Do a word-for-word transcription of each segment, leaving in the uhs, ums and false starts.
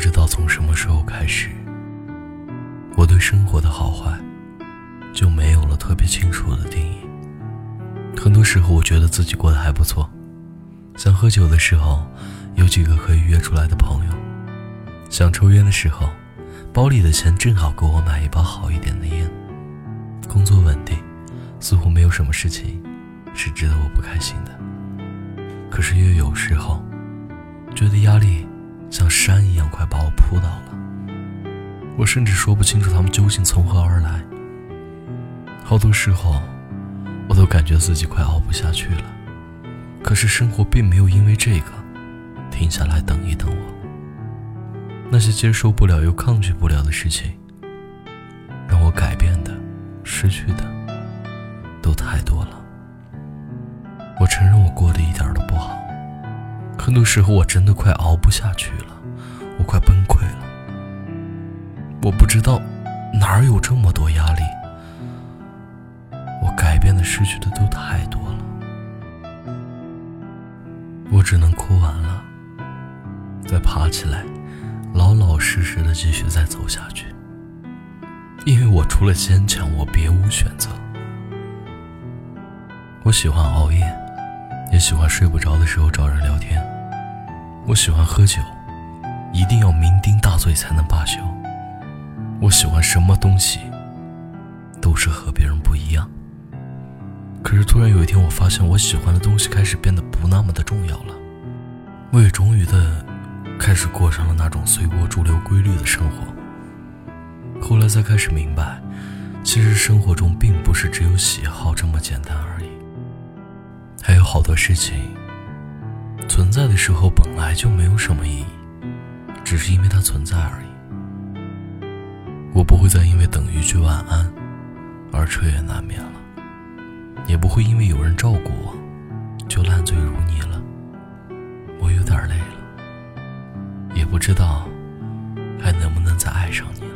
知道从什么时候开始，我对生活的好坏就没有了特别清楚的定义。很多时候我觉得自己过得还不错，想喝酒的时候有几个可以约出来的朋友，想抽烟的时候包里的钱正好够我买一包好一点的烟。工作稳定，似乎没有什么事情是值得我不开心的。可是又有时候觉得压力像山一样快把我扑倒了，我甚至说不清楚他们究竟从何而来。好多时候我都感觉自己快熬不下去了，可是生活并没有因为这个停下来等一等我。那些接受不了又抗拒不了的事情，让我改变的失去的都太多了。我承认我过得一点都不好，很多时候我真的快熬不下去了，我快崩溃了。我不知道哪儿有这么多压力，我改变的失去的都太多了。我只能哭完了，再爬起来老老实实的继续再走下去，因为我除了坚强我别无选择。我喜欢熬夜，也喜欢睡不着的时候找人聊天。我喜欢喝酒，一定要酩酊大醉才能罢休。我喜欢什么东西都是和别人不一样。可是突然有一天我发现我喜欢的东西开始变得不那么的重要了，我也终于的开始过上了那种随波逐流规律的生活。后来才开始明白，其实生活中并不是只有喜好这么简单而已，还有好多事情存在的时候本来就没有什么意义，只是因为它存在而已。我不会再因为等一句晚安而彻夜难眠了，也不会因为有人照顾我就烂醉如泥了。我有点累了，也不知道还能不能再爱上你了。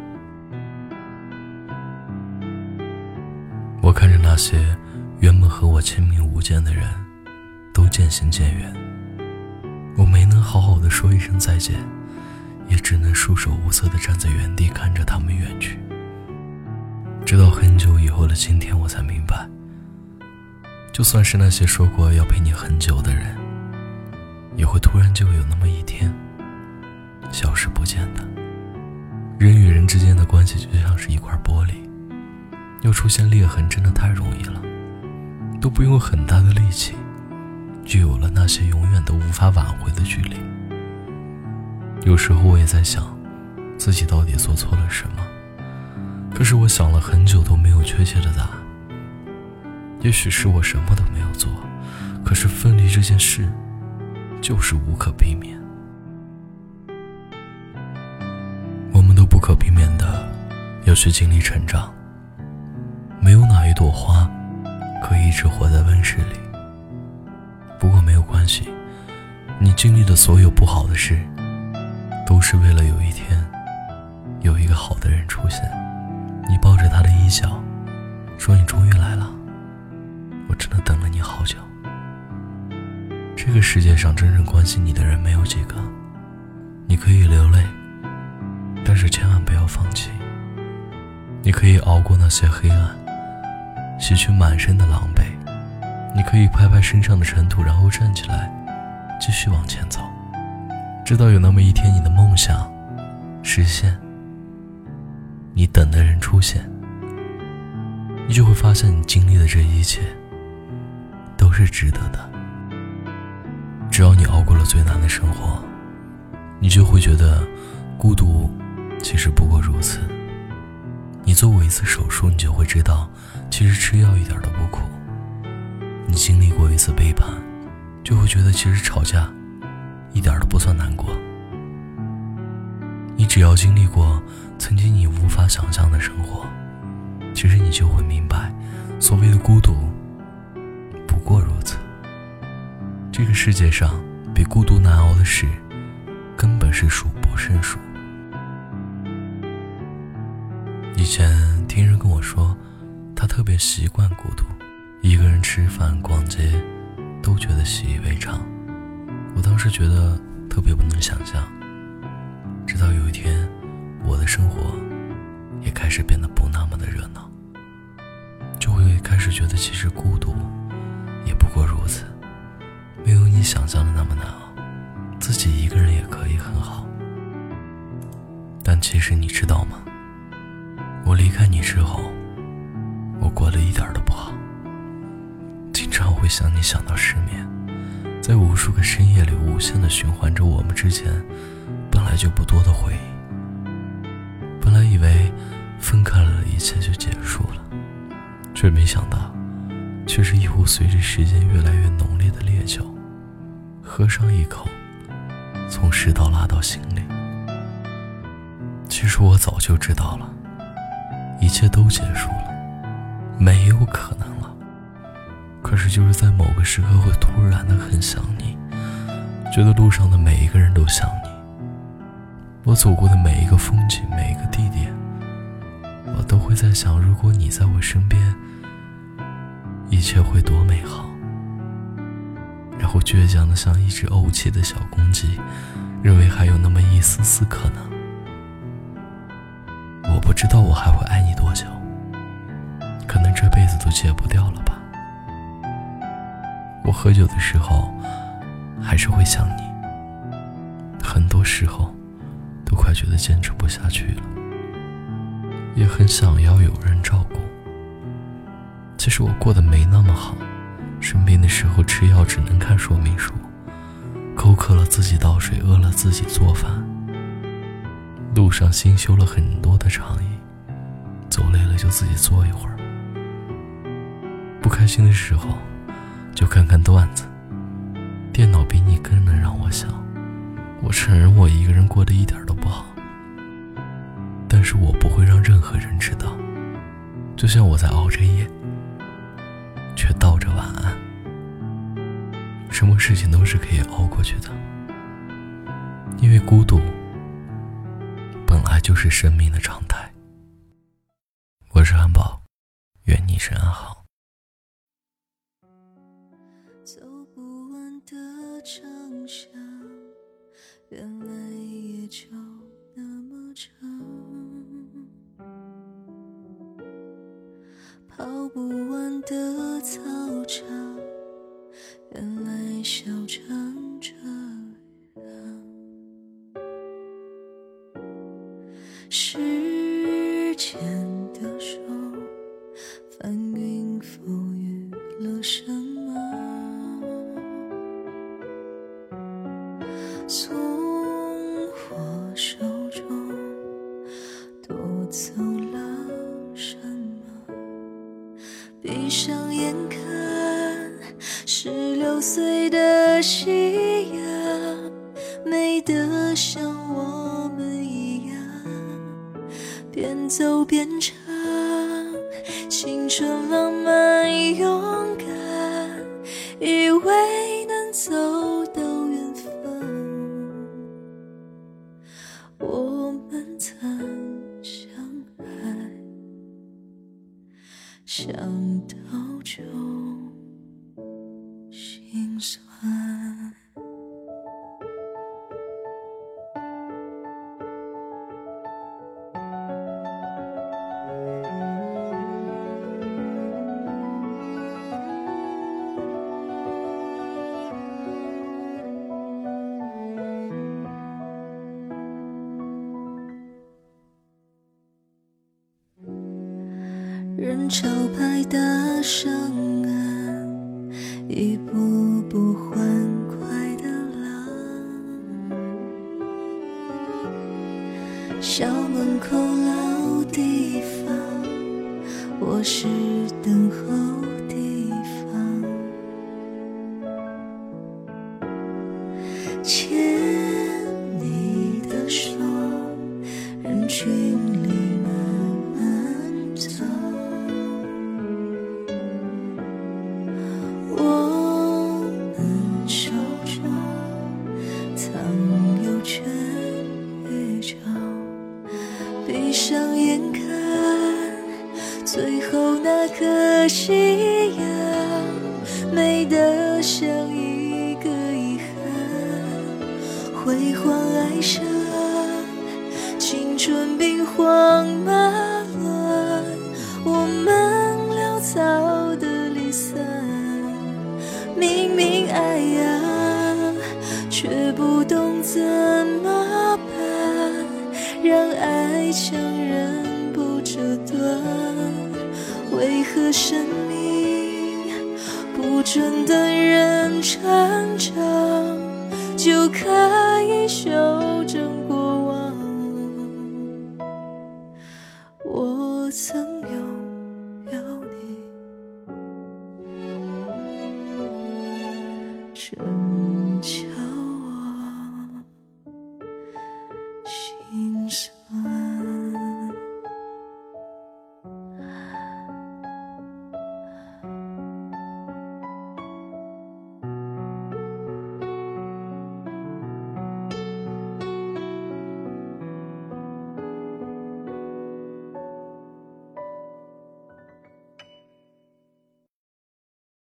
我看着那些原本和我亲密无间的人都渐行渐远，我没能好好的说一声再见，也只能束手无策地站在原地看着他们远去。直到很久以后的今天，我才明白，就算是那些说过要陪你很久的人，也会突然就有那么一天消失不见的。人与人之间的关系就像是一块玻璃，要出现裂痕真的太容易了，都不用很大的力气，就有了那些永远都无法挽回的距离。有时候我也在想，自己到底做错了什么，可是我想了很久都没有确切的答案。也许是我什么都没有做，可是分离这件事就是无可避免。我们都不可避免的要去经历成长，没有哪一朵花可以一直活在温室里。不过没有关系，你经历的所有不好的事都是为了有一天有一个好的人出现，你抱着他的衣角说你终于来了，我真的等了你好久。这个世界上真正关心你的人没有几个，你可以流泪，但是千万不要放弃。你可以熬过那些黑暗，洗去满身的狼狈，你可以拍拍身上的尘土，然后站起来继续往前走，直到有那么一天你的梦想实现，你等的人出现，你就会发现你经历的这一切都是值得的。只要你熬过了最难的生活，你就会觉得孤独其实不过如此。你做过一次手术，你就会知道其实吃药一点都不苦。你经历过一次背叛，就会觉得其实吵架一点都不算难过。你只要经历过曾经你无法想象的生活，其实你就会明白，所谓的孤独不过如此。这个世界上比孤独难熬的事根本是数不胜数。以前听人跟我说，他特别习惯孤独，一个人吃饭逛街都觉得习以为常。我当时觉得特别不能想象， 到有一天，我的生活也开始变得不那么的热闹，就会开始觉得其实孤独也不过如此，没有你想象的那么难熬，自己一个人也可以很好。但其实你知道吗？我离开你之后，我过得一点都不好，经常会想你想到失眠，在无数个深夜里无限地循环着我们之前本来就不多的回忆。本来以为分开了一切就结束了，却没想到却是一壶随着时间越来越浓烈的烈酒，喝上一口，从食道拉到心里。其实我早就知道了，一切都结束了，没有可能了。可是就是在某个时刻会突然的很想你，觉得路上的每一个人都想你，我走过的每一个风景，每一个地点，我都会在想，如果你在我身边，一切会多美好。然后倔强的像一只怄气的小公鸡，认为还有那么一丝丝可能。我不知道我还会爱你多久，可能这辈子都戒不掉了吧。我喝酒的时候还是会想你，很多时候都快觉得坚持不下去了，也很想要有人照顾。其实我过得没那么好，生病的时候吃药只能看说明书，口渴了自己倒水，饿了自己做饭，路上新修了很多的长椅，走累了就自己坐一会儿。不开心的时候就看看段子，电脑比你更能让我想。我承认我一个人过得一点都不好，但是我不会让任何人知道。就像我在熬着夜，却道着晚安。什么事情都是可以熬过去的，因为孤独本来就是生命的常态。我是汉堡，愿你身安好。 走不完的长巷，原来也就那么长。跑不完的操场，原来笑成这样。时间的手翻云覆雨了什么？从我手中夺走了什么？闭上眼看十六岁的夕阳，美得像我们一样，边走边唱，青春浪漫勇敢，以为能走到远方，我们曾相爱，想到就心酸。人潮拍打上岸，一步步欢快的浪，校门口老地方，我是等候地方，牵你的手，人群里慢慢走，我们手中藏有春与秋，闭上眼看最后那颗夕阳，美得像一个遗憾，辉煌爱上强忍不折断？为何生命不准等人成长就可以修正？